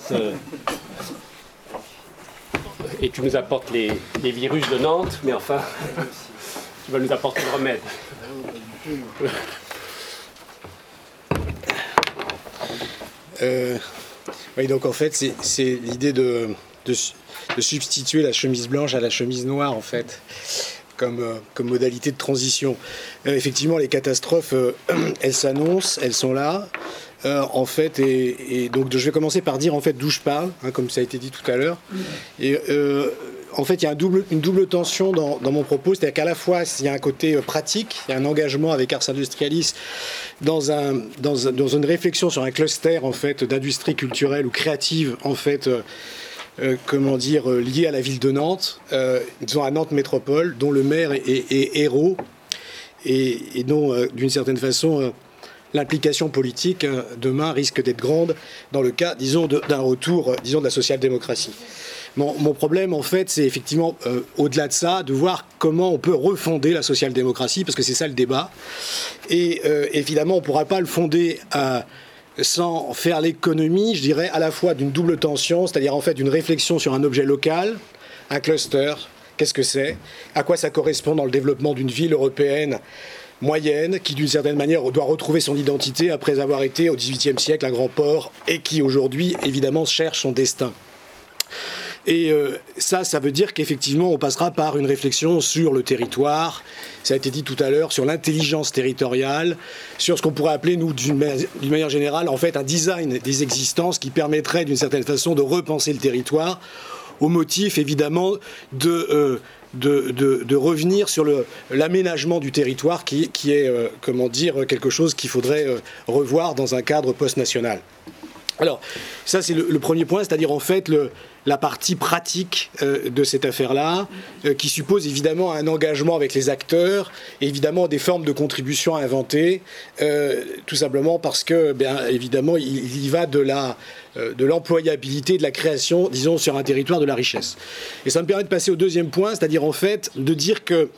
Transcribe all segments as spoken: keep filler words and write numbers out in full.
euh, et tu nous apportes les, les virus de Nantes, mais enfin, tu vas nous apporter le remède. Euh, oui, donc en fait, c'est, c'est l'idée de, de, de substituer la chemise blanche à la chemise noire, en fait, comme, euh, comme modalité de transition. Euh, effectivement, les catastrophes, euh, elles s'annoncent, elles sont là. Euh, en fait, et, et donc je vais commencer par dire en fait d'où je parle, hein, comme ça a été dit tout à l'heure. Et euh, en fait, il y a un double, une double tension dans, dans mon propos, c'est-à-dire qu'à la fois, il y a un côté euh, pratique, il y a un engagement avec Ars Industrialis dans, un, dans, un, dans une réflexion sur un cluster en fait d'industrie culturelle ou créative en fait. Euh, Euh, comment dire, euh, lié à la ville de Nantes, euh, disons à Nantes Métropole, dont le maire est, est, est héros et, et dont, euh, d'une certaine façon, euh, l'implication politique, euh, demain, risque d'être grande dans le cas, disons, de, d'un retour, euh, disons, de la social-démocratie. Mon, mon problème, en fait, c'est effectivement, euh, au-delà de ça, de voir comment on peut refonder la social-démocratie, parce que c'est ça le débat. Et euh, évidemment, on ne pourra pas le fonder à... sans faire l'économie, je dirais, à la fois d'une double tension, c'est-à-dire en fait d'une réflexion sur un objet local, un cluster, qu'est-ce que c'est, à quoi ça correspond dans le développement d'une ville européenne moyenne, qui d'une certaine manière doit retrouver son identité après avoir été au dix-huitième siècle un grand port, et qui aujourd'hui, évidemment, cherche son destin. Et euh, ça, ça veut dire qu'effectivement, on passera par une réflexion sur le territoire, ça a été dit tout à l'heure, sur l'intelligence territoriale, sur ce qu'on pourrait appeler, nous, d'une manière générale, en fait, un design des existences qui permettrait, d'une certaine façon, de repenser le territoire, au motif, évidemment, de... Euh, De, de, de revenir sur le, l'aménagement du territoire qui, qui est, euh, comment dire, quelque chose qu'il faudrait euh, revoir dans un cadre post-national. Alors, ça c'est le, le premier point, c'est-à-dire en fait le, la partie pratique euh, de cette affaire-là, euh, qui suppose évidemment un engagement avec les acteurs, et évidemment des formes de contribution à inventer, euh, tout simplement parce que, bien évidemment, il, il y va de la... de l'employabilité, de la création, disons, sur un territoire de la richesse. Et ça me permet de passer au deuxième point, c'est-à-dire en fait de dire que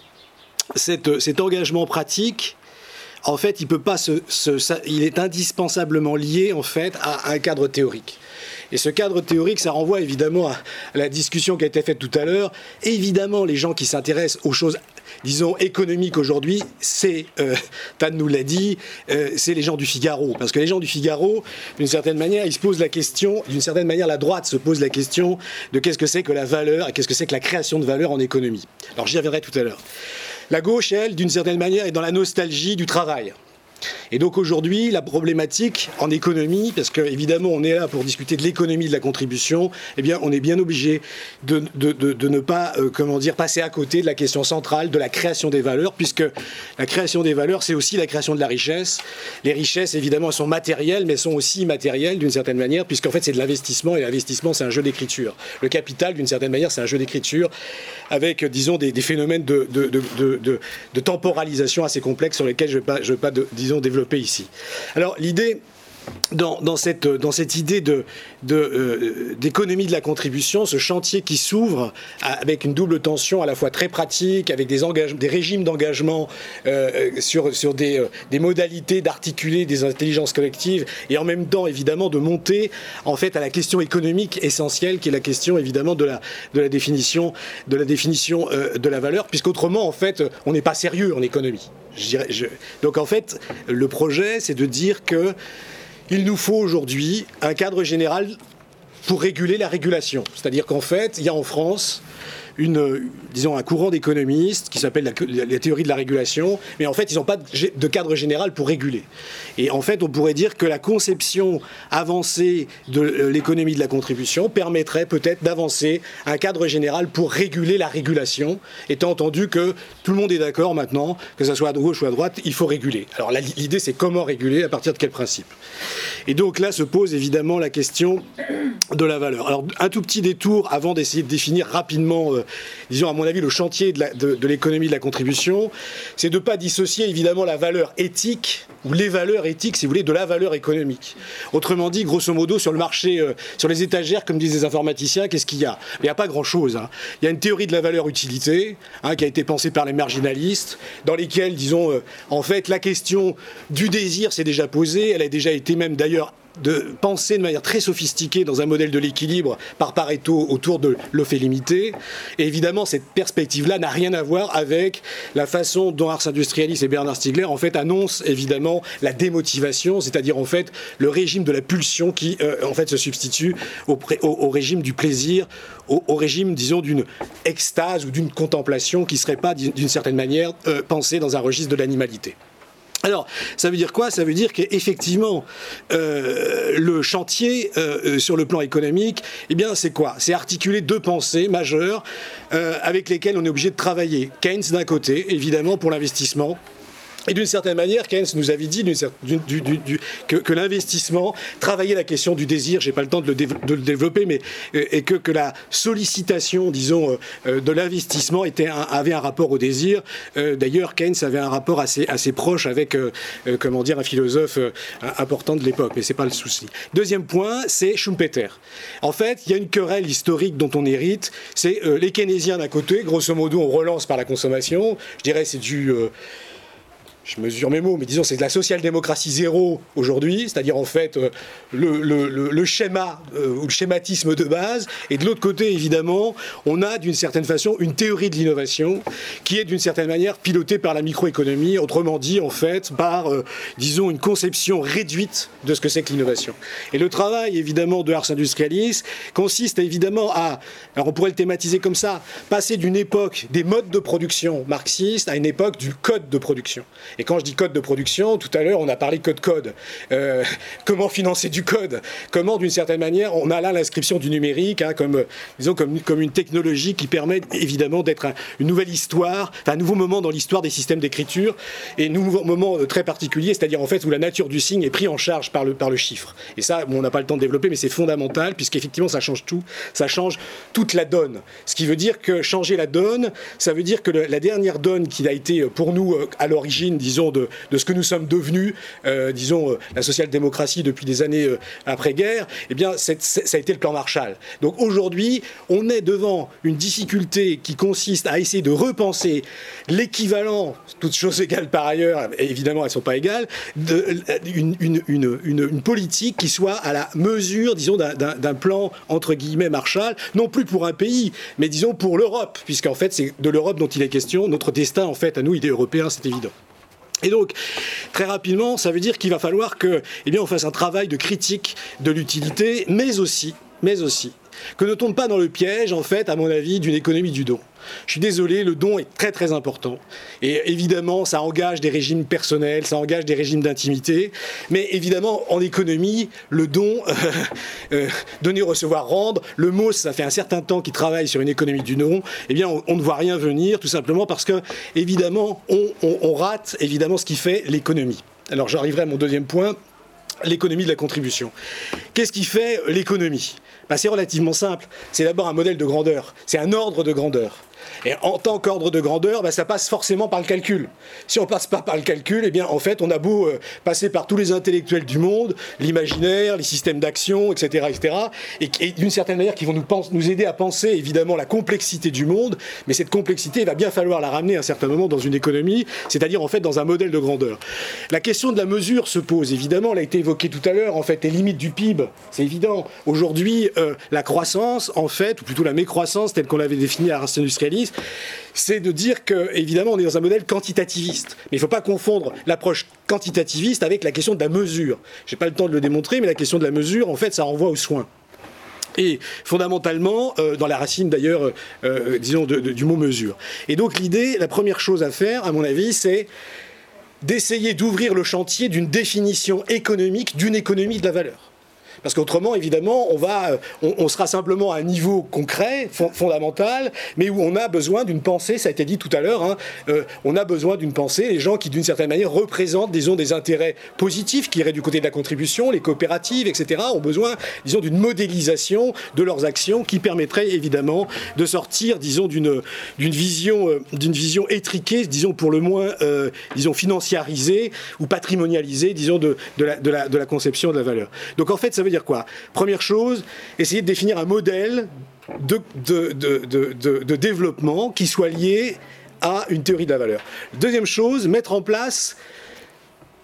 cette, cet engagement pratique, en fait, il peut pas se, se, ça, il est indispensablement lié en fait à un cadre théorique. Et ce cadre théorique, ça renvoie évidemment à la discussion qui a été faite tout à l'heure. Évidemment, les gens qui s'intéressent aux choses, disons, économiques aujourd'hui, c'est, euh, Tan nous l'a dit, euh, c'est les gens du Figaro. Parce que les gens du Figaro, d'une certaine manière, ils se posent la question, d'une certaine manière, la droite se pose la question de qu'est-ce que c'est que la valeur et qu'est-ce que c'est que la création de valeur en économie. Alors, j'y reviendrai tout à l'heure. La gauche, elle, d'une certaine manière, est dans la nostalgie du travail. Et donc aujourd'hui, la problématique en économie, parce qu'évidemment on est là pour discuter de l'économie de la contribution, eh bien on est bien obligé de, de, de, de ne pas, euh, comment dire, passer à côté de la question centrale de la création des valeurs, puisque la création des valeurs, c'est aussi la création de la richesse. Les richesses, évidemment, sont matérielles, mais sont aussi immatérielles d'une certaine manière, puisqu'en fait c'est de l'investissement, et l'investissement c'est un jeu d'écriture. Le capital, d'une certaine manière, c'est un jeu d'écriture, avec, disons, des, des phénomènes de, de, de, de, de, de temporalisation assez complexes sur lesquels je ne vais pas, je vais pas de, disons, développé ici. Alors l'idée dans, dans, cette, dans cette idée de, de, euh, d'économie de la contribution, ce chantier qui s'ouvre à, avec une double tension à la fois très pratique, avec des, engage- des régimes d'engagement euh, sur, sur des, euh, des modalités d'articuler des intelligences collectives et en même temps évidemment de monter en fait à la question économique essentielle qui est la question évidemment de la, de la définition, de la, définition euh, de la valeur, puisqu'autrement en fait on n'est pas sérieux en économie. Je dirais, je... Donc en fait le projet c'est de dire que il nous faut aujourd'hui un cadre général pour réguler la régulation. C'est-à-dire qu'en fait, il y a en France une, disons, un courant d'économistes qui s'appelle la, la théorie de la régulation, mais en fait, ils n'ont pas de, de cadre général pour réguler. Et en fait, on pourrait dire que la conception avancée de l'économie de la contribution permettrait peut-être d'avancer un cadre général pour réguler la régulation, étant entendu que tout le monde est d'accord maintenant, que ce soit à gauche ou à droite, il faut réguler. Alors là, l'idée, c'est comment réguler, à partir de quel principe. Et donc là se pose évidemment la question de la valeur. Alors un tout petit détour avant d'essayer de définir rapidement, euh, disons à mon avis, le chantier de, la, de, de l'économie de la contribution, c'est de ne pas dissocier évidemment la valeur éthique, ou les valeurs éthiques, si vous voulez, de la valeur économique. Autrement dit, grosso modo, sur le marché, euh, sur les étagères, comme disent les informaticiens, qu'est-ce qu'il y a ? Il n'y a pas grand-chose. Hein. Il y a une théorie de la valeur utilité, hein, qui a été pensée par les marginalistes, dans lesquels, disons, euh, en fait, la question du désir s'est déjà posée, elle a déjà été même d'ailleurs de penser de manière très sophistiquée dans un modèle de l'équilibre par Pareto autour de l'eau fait limité. Et évidemment, cette perspective-là n'a rien à voir avec la façon dont Ars Industrialis et Bernard Stiegler en fait annoncent évidemment la démotivation, c'est-à-dire en fait le régime de la pulsion qui euh, en fait se substitue au, au, au régime du plaisir, au, au régime disons d'une extase ou d'une contemplation qui ne serait pas d'une certaine manière euh, pensée dans un registre de l'animalité. Alors, ça veut dire quoi ? Ça veut dire qu'effectivement, euh, le chantier euh, sur le plan économique, eh bien, c'est quoi ? C'est articuler deux pensées majeures euh, avec lesquelles on est obligé de travailler. Keynes d'un côté, évidemment, pour l'investissement. Et d'une certaine manière, Keynes nous avait dit d'une, du, du, du, que, que l'investissement travaillait la question du désir, j'ai pas le temps de le, dév- de le développer, mais et que, que la sollicitation, disons, euh, de l'investissement était un, avait un rapport au désir. Euh, d'ailleurs, Keynes avait un rapport assez, assez proche avec, euh, euh, comment dire, un philosophe euh, important de l'époque, mais c'est pas le souci. Deuxième point, c'est Schumpeter. En fait, il y a une querelle historique dont on hérite, c'est euh, les keynésiens d'un côté, grosso modo, on relance par la consommation. Je dirais c'est du euh, je mesure mes mots, mais disons c'est de la social-démocratie zéro aujourd'hui, c'est-à-dire en fait euh, le, le, le, le schéma euh, ou le schématisme de base, et de l'autre côté évidemment on a d'une certaine façon une théorie de l'innovation qui est d'une certaine manière pilotée par la microéconomie, autrement dit en fait par euh, disons une conception réduite de ce que c'est que l'innovation. Et le travail évidemment de Ars Industrialis consiste évidemment à, alors on pourrait le thématiser comme ça, passer d'une époque des modes de production marxistes à une époque du code de production. Et quand je dis code de production, tout à l'heure, on a parlé code-code. Euh, comment financer du code ? Comment, d'une certaine manière, on a là l'inscription du numérique, hein, comme, disons, comme, comme une technologie qui permet évidemment d'être un, une nouvelle histoire, enfin un nouveau moment dans l'histoire des systèmes d'écriture, et un nouveau moment très particulier, c'est-à-dire en fait où la nature du signe est prise en charge par le, par le chiffre. Et ça, bon, on n'a pas le temps de développer, mais c'est fondamental, puisqu'effectivement, ça change tout, ça change toute la donne. Ce qui veut dire que changer la donne, ça veut dire que le, la dernière donne qui a été pour nous à l'origine, disons, de, de ce que nous sommes devenus, euh, disons, euh, la social-démocratie depuis des années euh, après-guerre, eh bien, c'est, c'est, ça a été le plan Marshall. Donc aujourd'hui, on est devant une difficulté qui consiste à essayer de repenser l'équivalent, toutes choses égales par ailleurs, et évidemment elles ne sont pas égales, d'une une, une, une, une politique qui soit à la mesure, disons, d'un, d'un, d'un plan, entre guillemets, Marshall, non plus pour un pays, mais disons pour l'Europe, puisqu'en fait, c'est de l'Europe dont il est question. Notre destin, en fait, à nous, il est européen, c'est évident. Et donc, très rapidement, ça veut dire qu'il va falloir que, eh bien, on fasse un travail de critique de l'utilité, mais aussi, mais aussi, que ne tombe pas dans le piège, en fait, à mon avis, d'une économie du don. Je suis désolé, le don est très très important. Et évidemment, ça engage des régimes personnels, ça engage des régimes d'intimité. Mais évidemment, en économie, le don, euh, euh, donner, recevoir, rendre, le mot, ça fait un certain temps qu'il travaille sur une économie du don. Eh bien, on, on ne voit rien venir, tout simplement parce que, évidemment, on, on, on rate évidemment ce qui fait l'économie. Alors, j'arriverai à mon deuxième point. L'économie de la contribution. Qu'est-ce qui fait l'économie ? Ben, c'est relativement simple. C'est d'abord un modèle de grandeur. C'est un ordre de grandeur. Et en tant qu'ordre de grandeur, ben, ça passe forcément par le calcul. Si on passe pas par le calcul, eh bien, en fait, on a beau euh, passer par tous les intellectuels du monde, l'imaginaire, les systèmes d'action, et cetera, et cetera, et, et d'une certaine manière, qui vont nous, pense, nous aider à penser, évidemment, la complexité du monde, mais cette complexité, il va bien falloir la ramener à un certain moment dans une économie, c'est-à-dire, en fait, dans un modèle de grandeur. La question de la mesure se pose, évidemment, elle a été évoquée tout à l'heure, en fait, les limites du P I B, c'est évident. Aujourd'hui, euh, la croissance, en fait, ou plutôt la mécroissance, telle qu'on l'avait définie à Ars Industrialis, c'est de dire que, évidemment, on est dans un modèle quantitativiste. Mais il ne faut pas confondre l'approche quantitativiste avec la question de la mesure. Je n'ai pas le temps de le démontrer, mais la question de la mesure, en fait, ça renvoie aux soins. Et fondamentalement, euh, dans la racine d'ailleurs, euh, disons, de, de, du mot mesure. Et donc l'idée, la première chose à faire, à mon avis, c'est d'essayer d'ouvrir le chantier d'une définition économique d'une économie de la valeur. Parce qu'autrement, évidemment, on, va, on, on sera simplement à un niveau concret, fond, fondamental, mais où on a besoin d'une pensée, ça a été dit tout à l'heure, hein, euh, on a besoin d'une pensée, les gens qui, d'une certaine manière, représentent, disons, des intérêts positifs, qui iraient du côté de la contribution, les coopératives, et cetera, ont besoin, disons, d'une modélisation de leurs actions qui permettrait, évidemment, de sortir, disons, d'une, d'une, vision, euh, d'une vision étriquée, disons, pour le moins, euh, disons, financiarisée ou patrimonialisée, disons, de, de, la, de, la, de la conception de la valeur. Donc, en fait, ça veut dire quoi ? Première chose, essayer de définir un modèle de, de, de, de, de, de développement qui soit lié à une théorie de la valeur. Deuxième chose, mettre en place une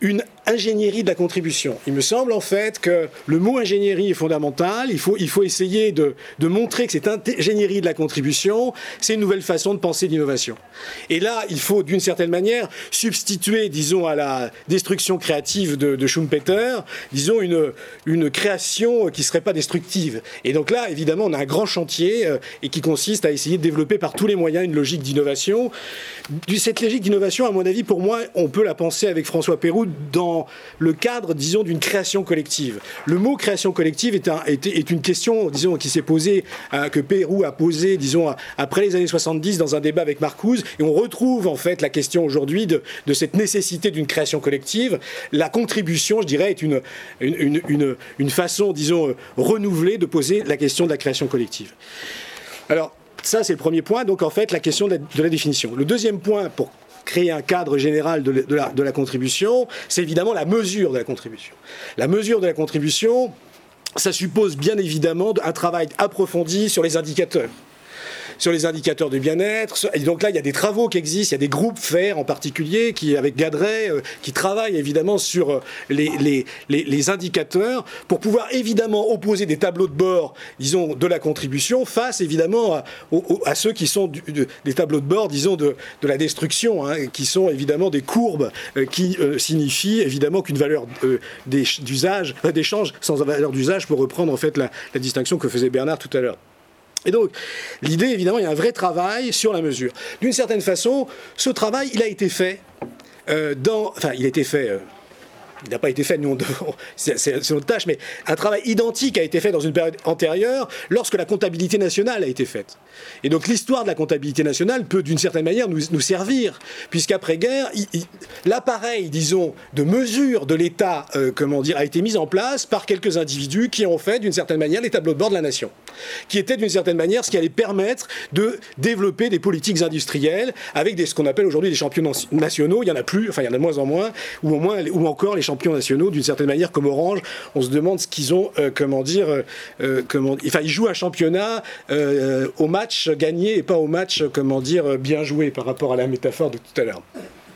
ingénierie de la contribution. Il me semble en fait que le mot ingénierie est fondamental. Il faut, il faut essayer de, de montrer que cette ingénierie de la contribution, c'est une nouvelle façon de penser l'innovation. Et là, il faut d'une certaine manière substituer, disons, à la destruction créative de, de Schumpeter, disons, une, une création qui ne serait pas destructive. Et donc là, évidemment, on a un grand chantier euh, et qui consiste à essayer de développer par tous les moyens une logique d'innovation. Cette logique d'innovation, à mon avis, pour moi, on peut la penser avec François Pérou dans le cadre, disons, d'une création collective. Le mot création collective est, un, est, est une question, disons, qui s'est posée, euh, que Pérou a posée, disons, à, après les années soixante-dix dans un débat avec Marcuse, et on retrouve en fait la question aujourd'hui de, de cette nécessité d'une création collective. La contribution, je dirais, est une, une, une, une façon, disons, renouvelée de poser la question de la création collective. Alors, ça, c'est le premier point, donc en fait, la question de la, de la définition. Le deuxième point, pour créer un cadre général de, de, la, de la contribution, c'est évidemment la mesure de la contribution. La mesure de la contribution, ça suppose bien évidemment un travail approfondi sur les indicateurs. Sur les indicateurs de bien-être. Et donc là, il y a des travaux qui existent, il y a des groupes F A I R en particulier, qui, avec Gadret, euh, qui travaillent évidemment sur les, les, les, les indicateurs pour pouvoir évidemment opposer des tableaux de bord, disons, de la contribution face évidemment à, à, à ceux qui sont du, de, des tableaux de bord, disons, de, de la destruction, hein, qui sont évidemment des courbes euh, qui euh, signifient évidemment qu'une valeur euh, d'usage, euh, d'échange sans valeur d'usage, pour reprendre en fait la, la distinction que faisait Bernard tout à l'heure. Et donc, l'idée, évidemment, il y a un vrai travail sur la mesure. D'une certaine façon, ce travail, il a été fait euh, dans... Enfin, il a été fait... Euh, il n'a pas été fait, nous, on, c'est, c'est, c'est notre tâche, mais un travail identique a été fait dans une période antérieure, lorsque la comptabilité nationale a été faite. Et donc, l'histoire de la comptabilité nationale peut, d'une certaine manière, nous, nous servir, puisqu'après-guerre, il, il, l'appareil, disons, de mesure de l'État, euh, comment dire, a été mis en place par quelques individus qui ont fait, d'une certaine manière, les tableaux de bord de la nation, qui était, d'une certaine manière, ce qui allait permettre de développer des politiques industrielles avec des, ce qu'on appelle aujourd'hui des champions nationaux. Il n'y en a plus, enfin, il y en a de moins en moins, ou au moins, ou encore les champions nationaux, d'une certaine manière, comme Orange, on se demande ce qu'ils ont, euh, comment dire, euh, comment, enfin, ils jouent un championnat euh, au match gagné et pas au match, comment dire, bien joué, par rapport à la métaphore de tout à l'heure.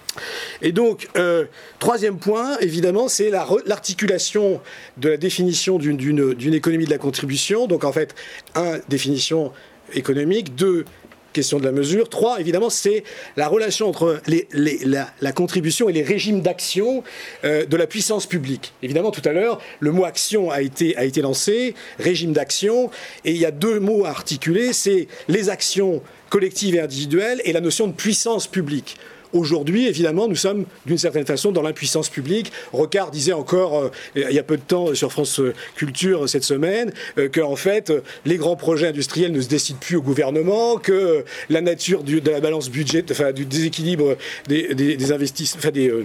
Et donc, euh, troisième point, évidemment, c'est la, l'articulation de la définition d'une, d'une, d'une économie de la contribution. Donc, en fait, un, définition économique, deux, question de la mesure. Trois, évidemment, c'est la relation entre les, les, la, la contribution et les régimes d'action euh, de la puissance publique. Évidemment, tout à l'heure, le mot action a été, a été lancé, régime d'action, et il y a deux mots à articuler, c'est les actions collectives et individuelles et la notion de puissance publique. Aujourd'hui, évidemment, nous sommes d'une certaine façon dans l'impuissance publique. Rocard disait encore, euh, il y a peu de temps sur France Culture cette semaine, euh, que en fait, euh, les grands projets industriels ne se décident plus au gouvernement, que euh, la nature du, de la balance budget, enfin du déséquilibre des, des, des investissements, enfin des... Euh,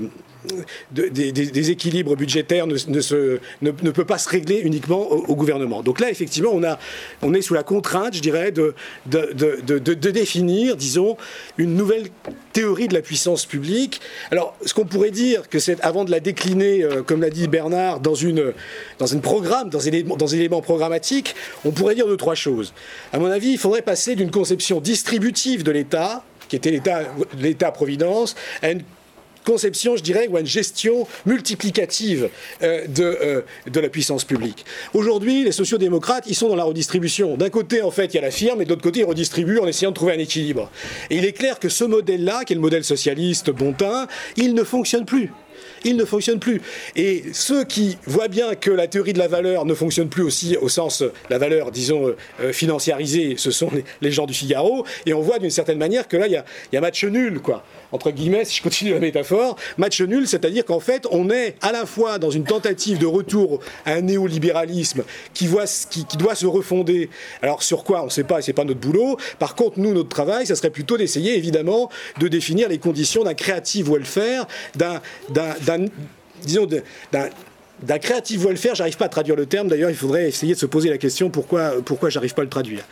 De, des, des, des équilibres budgétaires ne, ne, se, ne, ne peut pas se régler uniquement au, au gouvernement. Donc là, effectivement, on, a, on est sous la contrainte, je dirais, de, de, de, de, de, de définir, disons, une nouvelle théorie de la puissance publique. Alors, ce qu'on pourrait dire, que c'est avant de la décliner, euh, comme l'a dit Bernard, dans une, dans un programme, dans un élément, dans un élément programmatique, on pourrait dire deux, trois choses. À mon avis, il faudrait passer d'une conception distributive de l'État, qui était l'État, l'État-providence, à une conception, je dirais, ou à une gestion multiplicative euh, de, euh, de la puissance publique. Aujourd'hui, les sociodémocrates, ils sont dans la redistribution. D'un côté, en fait, il y a la firme, et de l'autre côté, ils redistribuent en essayant de trouver un équilibre. Et il est clair que ce modèle-là, qui est le modèle socialiste bontain, il ne fonctionne plus. Il ne fonctionne plus. Et ceux qui voient bien que la théorie de la valeur ne fonctionne plus aussi au sens, la valeur, disons, euh, financiarisée, ce sont les, les gens du Figaro, et on voit d'une certaine manière que là, il y a, il y a match nul, quoi. Entre guillemets, si je continue la métaphore, match nul, c'est-à-dire qu'en fait, on est à la fois dans une tentative de retour à un néolibéralisme qui, voit, qui, qui doit se refonder. Alors, sur quoi? On ne sait pas, et ce n'est pas notre boulot. Par contre, nous, notre travail, ça serait plutôt d'essayer, évidemment, de définir les conditions d'un creative welfare, d'un, d'un, d'un disons, d'un... d'un creative welfare, j'arrive pas à traduire le terme, d'ailleurs il faudrait essayer de se poser la question pourquoi, pourquoi j'arrive pas à le traduire.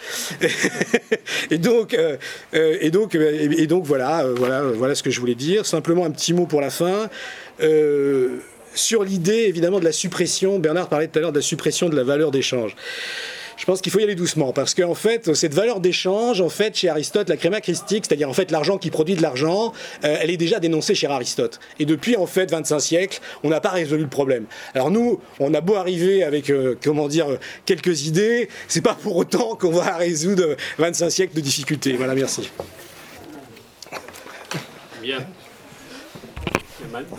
et, donc, euh, et, donc, et donc voilà, euh, voilà, voilà ce que je voulais dire. Simplement un petit mot pour la fin. Euh, sur l'idée évidemment de la suppression, Bernard parlait tout à l'heure de la suppression de la valeur d'échange. je pense qu'il faut y aller doucement, parce qu'en fait, cette valeur d'échange, en fait, chez Aristote, la créma christique, c'est-à-dire en fait l'argent qui produit de l'argent, euh, elle est déjà dénoncée chez Aristote. Et depuis, en fait, vingt-cinq siècles, on n'a pas résolu le problème. Alors nous, on a beau arriver avec, euh, comment dire, quelques idées, c'est pas pour autant qu'on va résoudre vingt-cinq siècles de difficultés. Voilà, merci. Bien. C'est mal.